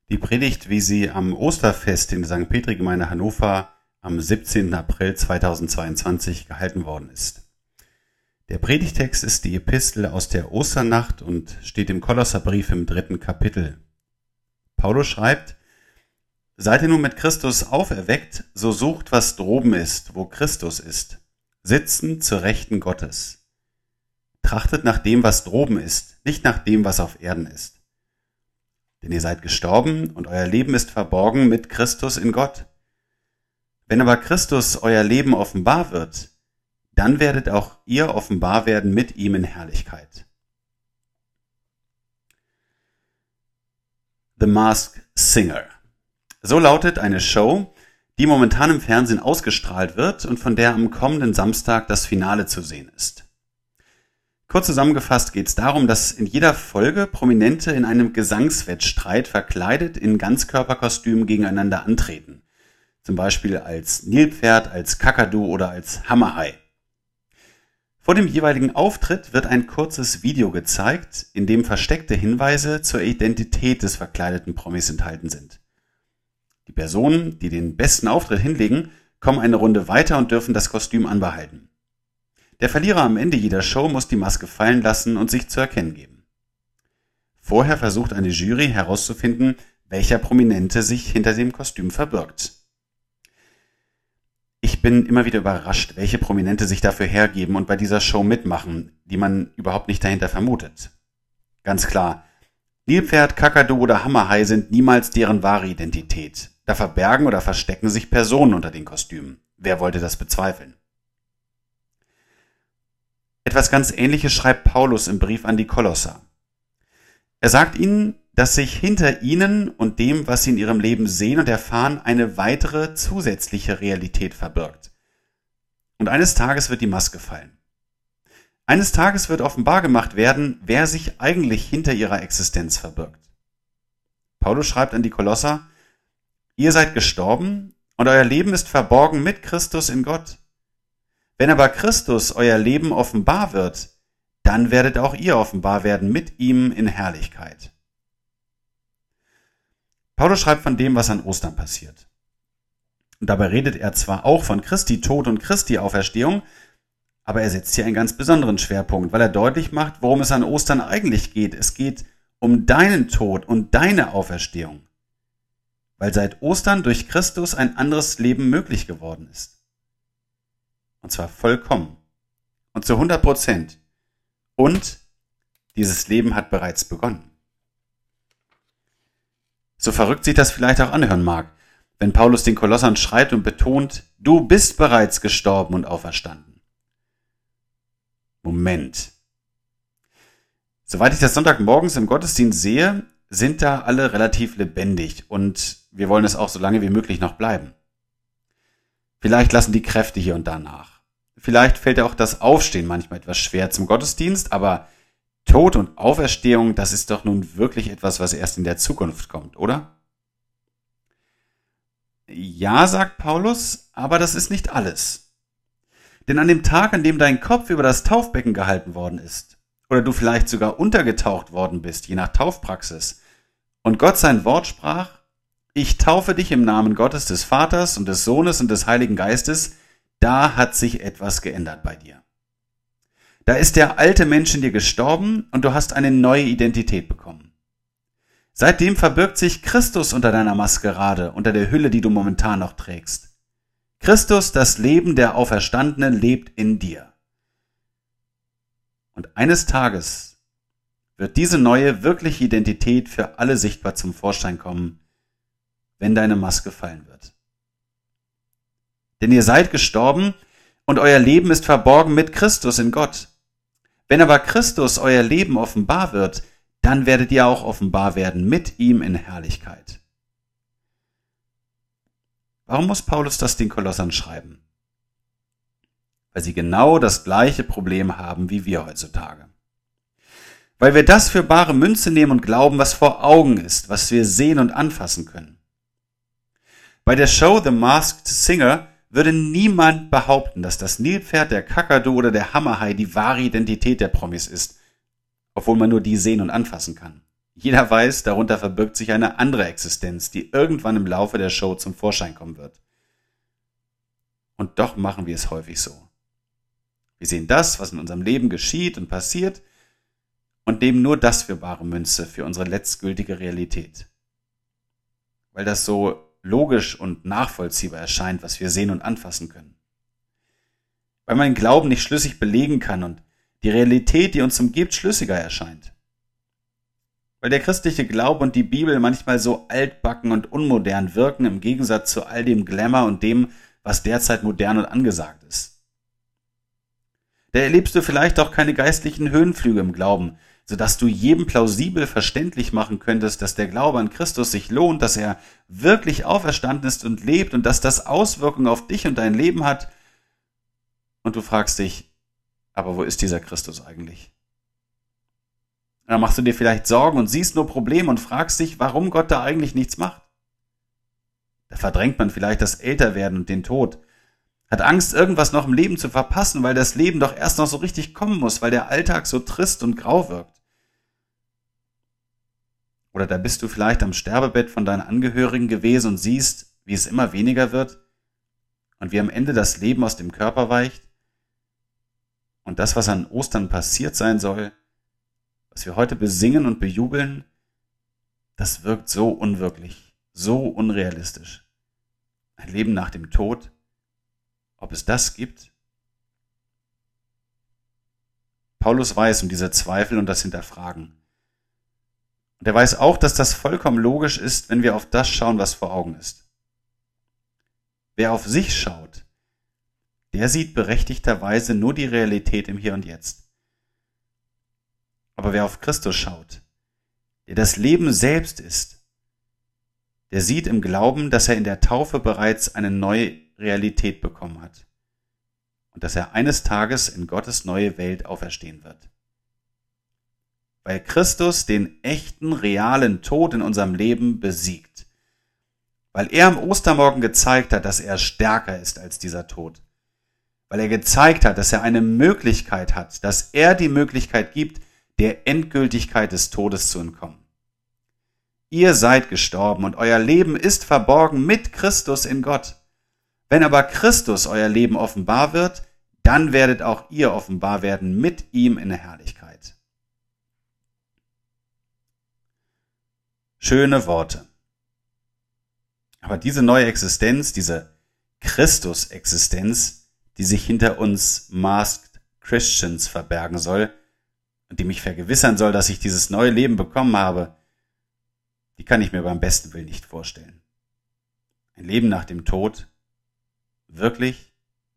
Die Predigt, wie sie am Osterfest in der St. Petri-Gemeinde Hannover am 17. April 2022 gehalten worden ist. Der Predigtext ist die Epistel aus der Osternacht und steht im Kolosserbrief im 3. Kapitel. Paulus schreibt: Seid ihr nun mit Christus auferweckt, so sucht, was droben ist, wo Christus ist, sitzend zur Rechten Gottes. Trachtet nach dem, was droben ist, nicht nach dem, was auf Erden ist. Denn ihr seid gestorben und euer Leben ist verborgen mit Christus in Gott. Wenn aber Christus euer Leben offenbar wird, dann werdet auch ihr offenbar werden mit ihm in Herrlichkeit. The Masked Singer. So lautet eine Show, die momentan im Fernsehen ausgestrahlt wird und von der am kommenden Samstag das Finale zu sehen ist. Kurz zusammengefasst geht es darum, dass in jeder Folge Prominente in einem Gesangswettstreit verkleidet in Ganzkörperkostümen gegeneinander antreten. Zum Beispiel als Nilpferd, als Kakadu oder als Hammerhai. Vor dem jeweiligen Auftritt wird ein kurzes Video gezeigt, in dem versteckte Hinweise zur Identität des verkleideten Promis enthalten sind. Die Personen, die den besten Auftritt hinlegen, kommen eine Runde weiter und dürfen das Kostüm anbehalten. Der Verlierer am Ende jeder Show muss die Maske fallen lassen und sich zu erkennen geben. Vorher versucht eine Jury herauszufinden, welcher Prominente sich hinter dem Kostüm verbirgt. Ich bin immer wieder überrascht, welche Prominente sich dafür hergeben und bei dieser Show mitmachen, die man überhaupt nicht dahinter vermutet. Ganz klar, Nilpferd, Kakadu oder Hammerhai sind niemals deren wahre Identität. Da verbergen oder verstecken sich Personen unter den Kostümen. Wer wollte das bezweifeln? Etwas ganz Ähnliches schreibt Paulus im Brief an die Kolosser. Er sagt ihnen, dass sich hinter ihnen und dem, was sie in ihrem Leben sehen und erfahren, eine weitere zusätzliche Realität verbirgt. Und eines Tages wird die Maske fallen. Eines Tages wird offenbar gemacht werden, wer sich eigentlich hinter ihrer Existenz verbirgt. Paulus schreibt an die Kolosser: Ihr seid gestorben und euer Leben ist verborgen mit Christus in Gott. Wenn aber Christus euer Leben offenbar wird, dann werdet auch ihr offenbar werden mit ihm in Herrlichkeit. Paulus schreibt von dem, was an Ostern passiert. Und dabei redet er zwar auch von Christi Tod und Christi Auferstehung, aber er setzt hier einen ganz besonderen Schwerpunkt, weil er deutlich macht, worum es an Ostern eigentlich geht. Es geht um deinen Tod und deine Auferstehung, weil seit Ostern durch Christus ein anderes Leben möglich geworden ist. Und zwar vollkommen und zu 100%. Und dieses Leben hat bereits begonnen. So verrückt sich das vielleicht auch anhören mag, wenn Paulus den Kolossern schreibt und betont: Du bist bereits gestorben und auferstanden. Moment. Soweit ich das Sonntagmorgens im Gottesdienst sehe, sind da alle relativ lebendig und wir wollen es auch so lange wie möglich noch bleiben. Vielleicht lassen die Kräfte hier und da nach. Vielleicht fällt auch das Aufstehen manchmal etwas schwer zum Gottesdienst, aber Tod und Auferstehung, das ist doch nun wirklich etwas, was erst in der Zukunft kommt, oder? Ja, sagt Paulus, aber das ist nicht alles. Denn an dem Tag, an dem dein Kopf über das Taufbecken gehalten worden ist, oder du vielleicht sogar untergetaucht worden bist, je nach Taufpraxis, und Gott sein Wort sprach: Ich taufe dich im Namen Gottes, des Vaters und des Sohnes und des Heiligen Geistes, da hat sich etwas geändert bei dir. Da ist der alte Mensch in dir gestorben und du hast eine neue Identität bekommen. Seitdem verbirgt sich Christus unter deiner Maskerade, unter der Hülle, die du momentan noch trägst. Christus, das Leben der Auferstandenen, lebt in dir. Und eines Tages wird diese neue, wirkliche Identität für alle sichtbar zum Vorschein kommen, wenn deine Maske fallen wird. Denn ihr seid gestorben und euer Leben ist verborgen mit Christus in Gott. Wenn aber Christus euer Leben offenbar wird, dann werdet ihr auch offenbar werden mit ihm in Herrlichkeit. Warum muss Paulus das den Kolossern schreiben? Weil sie genau das gleiche Problem haben wie wir heutzutage. Weil wir das für bare Münze nehmen und glauben, was vor Augen ist, was wir sehen und anfassen können. Bei der Show The Masked Singer würde niemand behaupten, dass das Nilpferd, der Kakadu oder der Hammerhai die wahre Identität der Promis ist, obwohl man nur die sehen und anfassen kann. Jeder weiß, darunter verbirgt sich eine andere Existenz, die irgendwann im Laufe der Show zum Vorschein kommen wird. Und doch machen wir es häufig so. Wir sehen das, was in unserem Leben geschieht und passiert, und nehmen nur das für bare Münze, für unsere letztgültige Realität. Weil das so logisch und nachvollziehbar erscheint, was wir sehen und anfassen können. Weil man den Glauben nicht schlüssig belegen kann und die Realität, die uns umgibt, schlüssiger erscheint. Weil der christliche Glaube und die Bibel manchmal so altbacken und unmodern wirken im Gegensatz zu all dem Glamour und dem, was derzeit modern und angesagt ist. Da erlebst du vielleicht auch keine geistlichen Höhenflüge im Glauben, sodass du jedem plausibel verständlich machen könntest, dass der Glaube an Christus sich lohnt, dass er wirklich auferstanden ist und lebt und dass das Auswirkungen auf dich und dein Leben hat. Und du fragst dich, aber wo ist dieser Christus eigentlich? Dann machst du dir vielleicht Sorgen und siehst nur Probleme und fragst dich, warum Gott da eigentlich nichts macht. Da verdrängt man vielleicht das Älterwerden und den Tod, hat Angst, irgendwas noch im Leben zu verpassen, weil das Leben doch erst noch so richtig kommen muss, weil der Alltag so trist und grau wirkt. Oder da bist du vielleicht am Sterbebett von deinen Angehörigen gewesen und siehst, wie es immer weniger wird und wie am Ende das Leben aus dem Körper weicht. Und das, was an Ostern passiert sein soll, was wir heute besingen und bejubeln, das wirkt so unwirklich, so unrealistisch. Ein Leben nach dem Tod, ob es das gibt? Paulus weiß um diese Zweifel und das Hinterfragen. Und er weiß auch, dass das vollkommen logisch ist, wenn wir auf das schauen, was vor Augen ist. Wer auf sich schaut, der sieht berechtigterweise nur die Realität im Hier und Jetzt. Aber wer auf Christus schaut, der das Leben selbst ist, der sieht im Glauben, dass er in der Taufe bereits eine neue Realität bekommen hat und dass er eines Tages in Gottes neue Welt auferstehen wird. Weil Christus den echten, realen Tod in unserem Leben besiegt. Weil er am Ostermorgen gezeigt hat, dass er stärker ist als dieser Tod. Weil er gezeigt hat, dass er eine Möglichkeit hat, dass er die Möglichkeit gibt, der Endgültigkeit des Todes zu entkommen. Ihr seid gestorben und euer Leben ist verborgen mit Christus in Gott. Wenn aber Christus euer Leben offenbar wird, dann werdet auch ihr offenbar werden mit ihm in der Herrlichkeit. Schöne Worte. Aber diese neue Existenz, diese Christus-Existenz, die sich hinter uns Masked Christians verbergen soll und die mich vergewissern soll, dass ich dieses neue Leben bekommen habe, die kann ich mir beim besten Willen nicht vorstellen. Ein Leben nach dem Tod? Wirklich?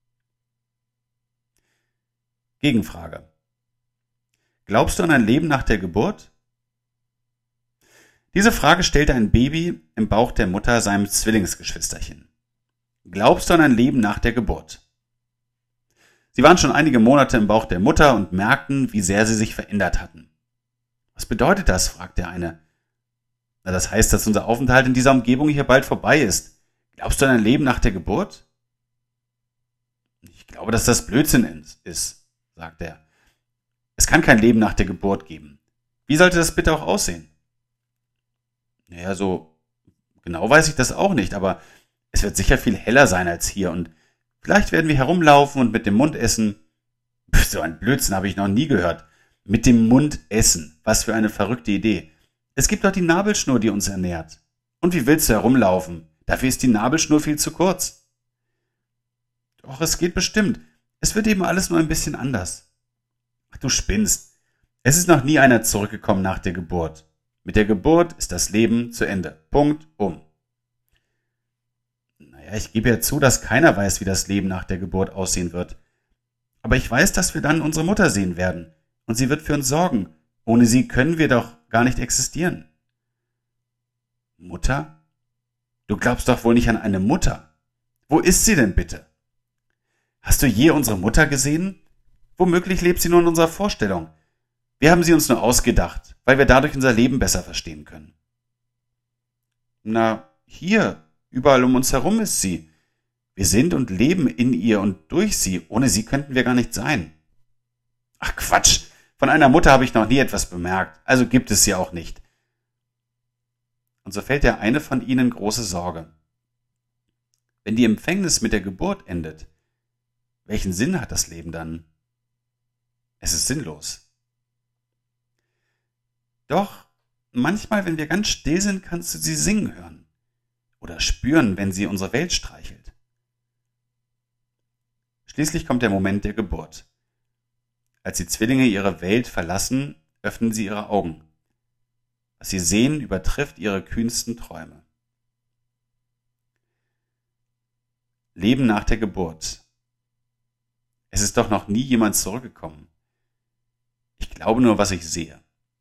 Gegenfrage. Glaubst du an ein Leben nach der Geburt? Diese Frage stellte ein Baby im Bauch der Mutter seinem Zwillingsgeschwisterchen. Glaubst du an ein Leben nach der Geburt? Sie waren schon einige Monate im Bauch der Mutter und merkten, wie sehr sie sich verändert hatten. Was bedeutet das? Fragte der eine. Na, das heißt, dass unser Aufenthalt in dieser Umgebung hier bald vorbei ist. Glaubst du an ein Leben nach der Geburt? Ich glaube, dass das Blödsinn ist, sagte er. Es kann kein Leben nach der Geburt geben. Wie sollte das bitte auch aussehen? Naja, so genau weiß ich das auch nicht, aber es wird sicher viel heller sein als hier und vielleicht werden wir herumlaufen und mit dem Mund essen. So ein Blödsinn habe ich noch nie gehört. Mit dem Mund essen. Was für eine verrückte Idee. Es gibt doch die Nabelschnur, die uns ernährt. Und wie willst du herumlaufen? Dafür ist die Nabelschnur viel zu kurz. Doch, es geht bestimmt. Es wird eben alles nur ein bisschen anders. Ach, du spinnst. Es ist noch nie einer zurückgekommen nach der Geburt. Mit der Geburt ist das Leben zu Ende. Punkt, um. Naja, ich gebe ja zu, dass keiner weiß, wie das Leben nach der Geburt aussehen wird. Aber ich weiß, dass wir dann unsere Mutter sehen werden. Und sie wird für uns sorgen. Ohne sie können wir doch gar nicht existieren. Mutter? Du glaubst doch wohl nicht an eine Mutter. Wo ist sie denn bitte? Hast du je unsere Mutter gesehen? Womöglich lebt sie nur in unserer Vorstellung. Wir haben sie uns nur ausgedacht, weil wir dadurch unser Leben besser verstehen können. Na, hier, überall um uns herum ist sie. Wir sind und leben in ihr und durch sie. Ohne sie könnten wir gar nicht sein. Ach Quatsch, von einer Mutter habe ich noch nie etwas bemerkt, also gibt es sie auch nicht. Und so fällt der eine von ihnen große Sorge. Wenn die Empfängnis mit der Geburt endet, welchen Sinn hat das Leben dann? Es ist sinnlos. Doch manchmal, wenn wir ganz still sind, kannst du sie singen hören oder spüren, wenn sie unsere Welt streichelt. Schließlich kommt der Moment der Geburt. Als die Zwillinge ihre Welt verlassen, öffnen sie ihre Augen. Was sie sehen, übertrifft ihre kühnsten Träume. Leben nach der Geburt. Es ist doch noch nie jemand zurückgekommen. Ich glaube nur, was ich sehe.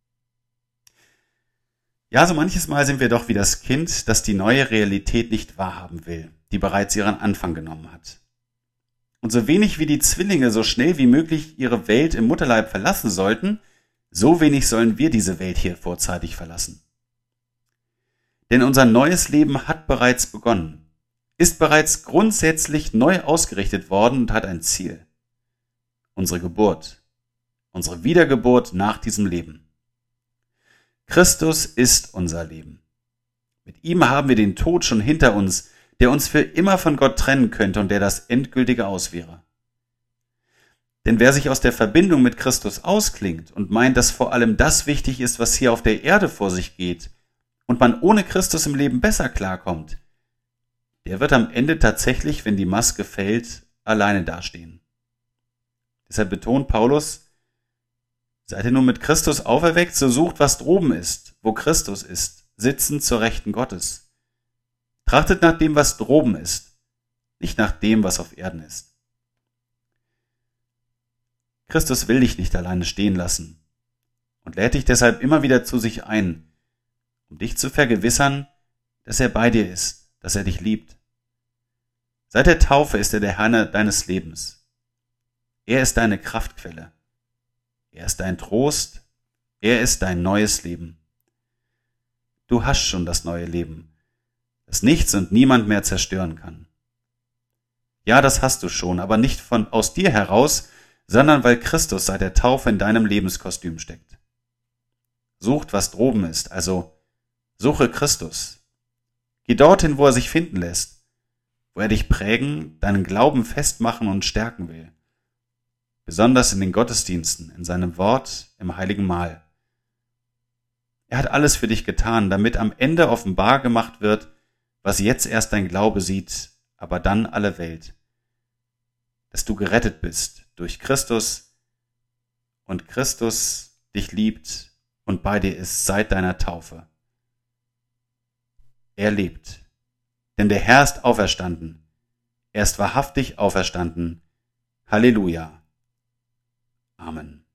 Ja, so manches Mal sind wir doch wie das Kind, das die neue Realität nicht wahrhaben will, die bereits ihren Anfang genommen hat. Und so wenig wie die Zwillinge so schnell wie möglich ihre Welt im Mutterleib verlassen sollten, so wenig sollen wir diese Welt hier vorzeitig verlassen. Denn unser neues Leben hat bereits begonnen, ist bereits grundsätzlich neu ausgerichtet worden und hat ein Ziel. Unsere Geburt, unsere Wiedergeburt nach diesem Leben. Christus ist unser Leben. Mit ihm haben wir den Tod schon hinter uns, der uns für immer von Gott trennen könnte und der das endgültige Aus wäre. Denn wer sich aus der Verbindung mit Christus ausklingt und meint, dass vor allem das wichtig ist, was hier auf der Erde vor sich geht, und man ohne Christus im Leben besser klarkommt, der wird am Ende tatsächlich, wenn die Maske fällt, alleine dastehen. Deshalb betont Paulus: Seid ihr nun mit Christus auferweckt, so sucht, was droben ist, wo Christus ist, sitzend zur Rechten Gottes. Trachtet nach dem, was droben ist, nicht nach dem, was auf Erden ist. Christus will dich nicht alleine stehen lassen und lädt dich deshalb immer wieder zu sich ein, um dich zu vergewissern, dass er bei dir ist, dass er dich liebt. Seit der Taufe ist er der Herr deines Lebens. Er ist deine Kraftquelle. Er ist dein Trost, er ist dein neues Leben. Du hast schon das neue Leben, das nichts und niemand mehr zerstören kann. Ja, das hast du schon, aber nicht aus dir heraus, sondern weil Christus seit der Taufe in deinem Lebenskostüm steckt. Sucht, was droben ist, also suche Christus. Geh dorthin, wo er sich finden lässt, wo er dich prägen, deinen Glauben festmachen und stärken will. Besonders in den Gottesdiensten, in seinem Wort, im heiligen Mahl. Er hat alles für dich getan, damit am Ende offenbar gemacht wird, was jetzt erst dein Glaube sieht, aber dann alle Welt. Dass du gerettet bist durch Christus und Christus dich liebt und bei dir ist seit deiner Taufe. Er lebt, denn der Herr ist auferstanden. Er ist wahrhaftig auferstanden. Halleluja. Amen.